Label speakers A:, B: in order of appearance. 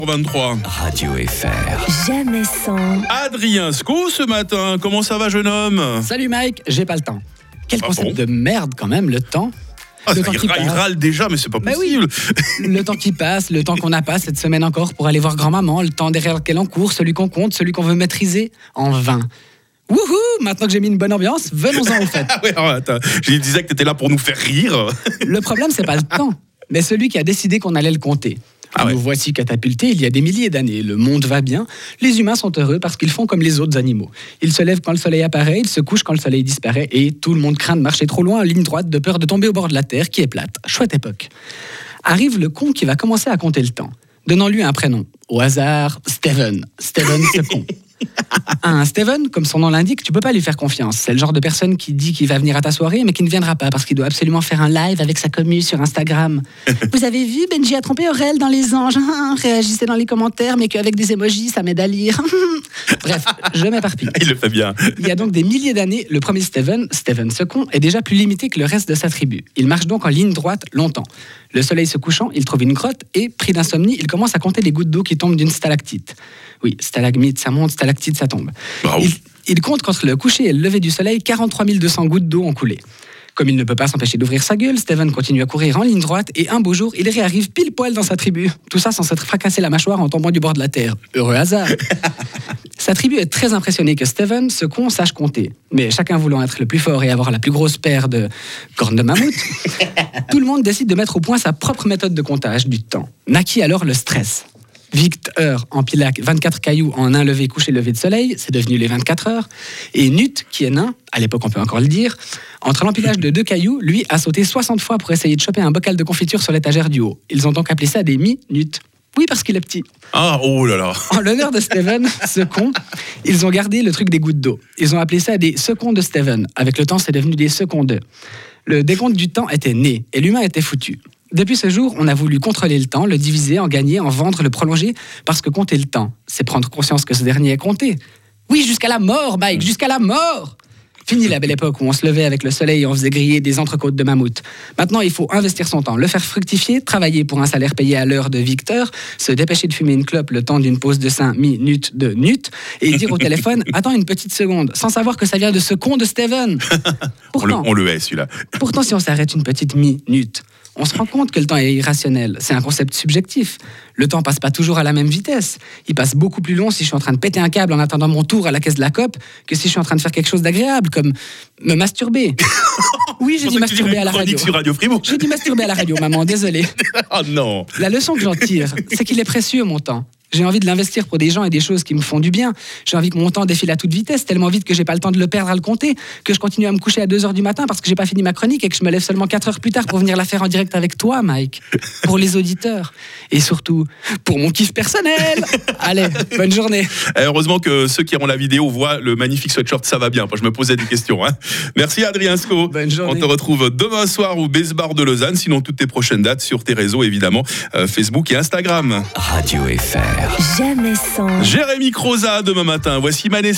A: 23.
B: Radio FR.
C: Jamais sans.
A: Adrien Sco ce matin, comment ça va jeune homme?
D: Salut Mike, j'ai pas le temps. Quel
A: Ah
D: concept
A: bon
D: de merde quand même, le temps. Le temps qui
A: il
D: passe.
A: râle déjà, mais c'est pas
D: Mais oui.
A: possible.
D: Le temps qui passe, le temps qu'on n'a pas cette semaine encore pour aller voir grand-maman, le temps derrière lequel on court, celui qu'on compte, celui qu'on veut maîtriser, en vain. Wouhou! Maintenant que j'ai mis une bonne ambiance, venons-en au fait.
A: Ah ouais, alors, attends, je disais que t'étais là pour nous faire rire.
D: Le problème, c'est pas le temps, mais celui qui a décidé qu'on allait le compter.
A: Ah ouais.
D: Nous voici catapultés il y a des milliers d'années. Le monde va bien. Les humains sont heureux parce qu'ils font comme les autres animaux. Ils se lèvent quand le soleil apparaît, ils se couchent quand le soleil disparaît et tout le monde craint de marcher trop loin en ligne droite de peur de tomber au bord de la terre qui est plate. Chouette époque. Arrive le con qui va commencer à compter le temps. Donnons-lui un prénom. Au hasard, Steven. Steven ce con. Un Steven, comme son nom l'indique, tu peux pas lui faire confiance. C'est le genre de personne qui dit qu'il va venir à ta soirée, mais qui ne viendra pas parce qu'il doit absolument faire un live avec sa commu sur Instagram. Vous avez vu, Benji a trompé Aurel dans Les Anges. Réagissez dans les commentaires, mais qu'avec des emojis, ça m'aide à lire. Bref, je m'éparpille.
A: Il le fait bien.
D: Il y a donc des milliers d'années, le premier Steven ce con, est déjà plus limité que le reste de sa tribu. Il marche donc en ligne droite longtemps. Le soleil se couchant, il trouve une grotte et, pris d'insomnie, il commence à compter les gouttes d'eau qui tombent d'une stalactite. Oui, stalagmite, ça monte, stalactite, ça tombe.
A: Bravo.
D: Il compte qu'entre le coucher et le lever du soleil, 43 200 gouttes d'eau ont coulé. Comme il ne peut pas s'empêcher d'ouvrir sa gueule, Steven continue à courir en ligne droite et un beau jour, il réarrive pile poil dans sa tribu. Tout ça sans s'être fracassé la mâchoire en tombant du bord de la terre. Heureux hasard. Sa tribu est très impressionnée que Steven, ce con, sache compter. Mais chacun voulant être le plus fort et avoir la plus grosse paire de cornes de mammouth, tout le monde décide de mettre au point sa propre méthode de comptage du temps. Naquit alors le stress. Victor empila 24 cailloux en un lever, coucher, lever de soleil, c'est devenu les 24 heures. Et Nut, qui est nain, à l'époque on peut encore le dire, entre l'empilage de 2 cailloux, lui a sauté 60 fois pour essayer de choper un bocal de confiture sur l'étagère du haut. Ils ont donc appelé ça des minutes. Oui, parce qu'il est petit.
A: Ah, oh là là.
D: En l'honneur de Steven, ce con, ils ont gardé le truc des gouttes d'eau. Ils ont appelé ça des secondes de Steven. Avec le temps, c'est devenu des secondes. Le décompte du temps était né et l'humain était foutu. Depuis ce jour, on a voulu contrôler le temps, le diviser, en gagner, en vendre, le prolonger, parce que compter le temps, c'est prendre conscience que ce dernier est compté. Oui, jusqu'à la mort, Mike, jusqu'à la mort! Fini la belle époque où on se levait avec le soleil et on faisait griller des entrecôtes de mammouth. Maintenant, il faut investir son temps, le faire fructifier, travailler pour un salaire payé à l'heure de Victor, se dépêcher de fumer une clope le temps d'une pause de 5 minutes de Nut, et dire au téléphone « Attends une petite seconde », sans savoir que ça vient de ce con de Steven. Pourtant,
A: On le hait celui-là.
D: Pourtant, si on s'arrête une petite minute, on se rend compte que le temps est irrationnel. C'est un concept subjectif. Le temps passe pas toujours à la même vitesse. Il passe beaucoup plus long si je suis en train de péter un câble en attendant mon tour à la caisse de la COP que si je suis en train de faire quelque chose d'agréable, comme me masturber. Oui, j'ai dit masturber à la radio.
A: Sur Radio Fribourg.
D: J'ai dit masturber à la radio, maman, désolé.
A: Oh non.
D: La leçon que j'en tire, c'est qu'il est précieux, mon temps. J'ai envie de l'investir pour des gens et des choses qui me font du bien. J'ai envie que mon temps défile à toute vitesse, tellement vite que j'ai pas le temps de le perdre à le compter, que je continue à me coucher à 2h du matin parce que j'ai pas fini ma chronique et que je me lève seulement 4 heures plus tard pour venir la faire en direct avec toi, Mike. Pour les auditeurs. Et surtout, pour mon kiff personnel. Allez, bonne journée.
A: Heureusement que ceux qui auront la vidéo voient le magnifique sweatshirt, ça va bien. Je me posais des questions. Hein. Merci Adrien Sco.
D: Bonne journée.
A: On te retrouve demain soir au Besbar de Lausanne. Sinon, toutes tes prochaines dates sur tes réseaux, évidemment, Facebook et Instagram.
B: Radio FR.
C: Jamais sans.
A: Jérémy Croza demain matin. Voici Mané.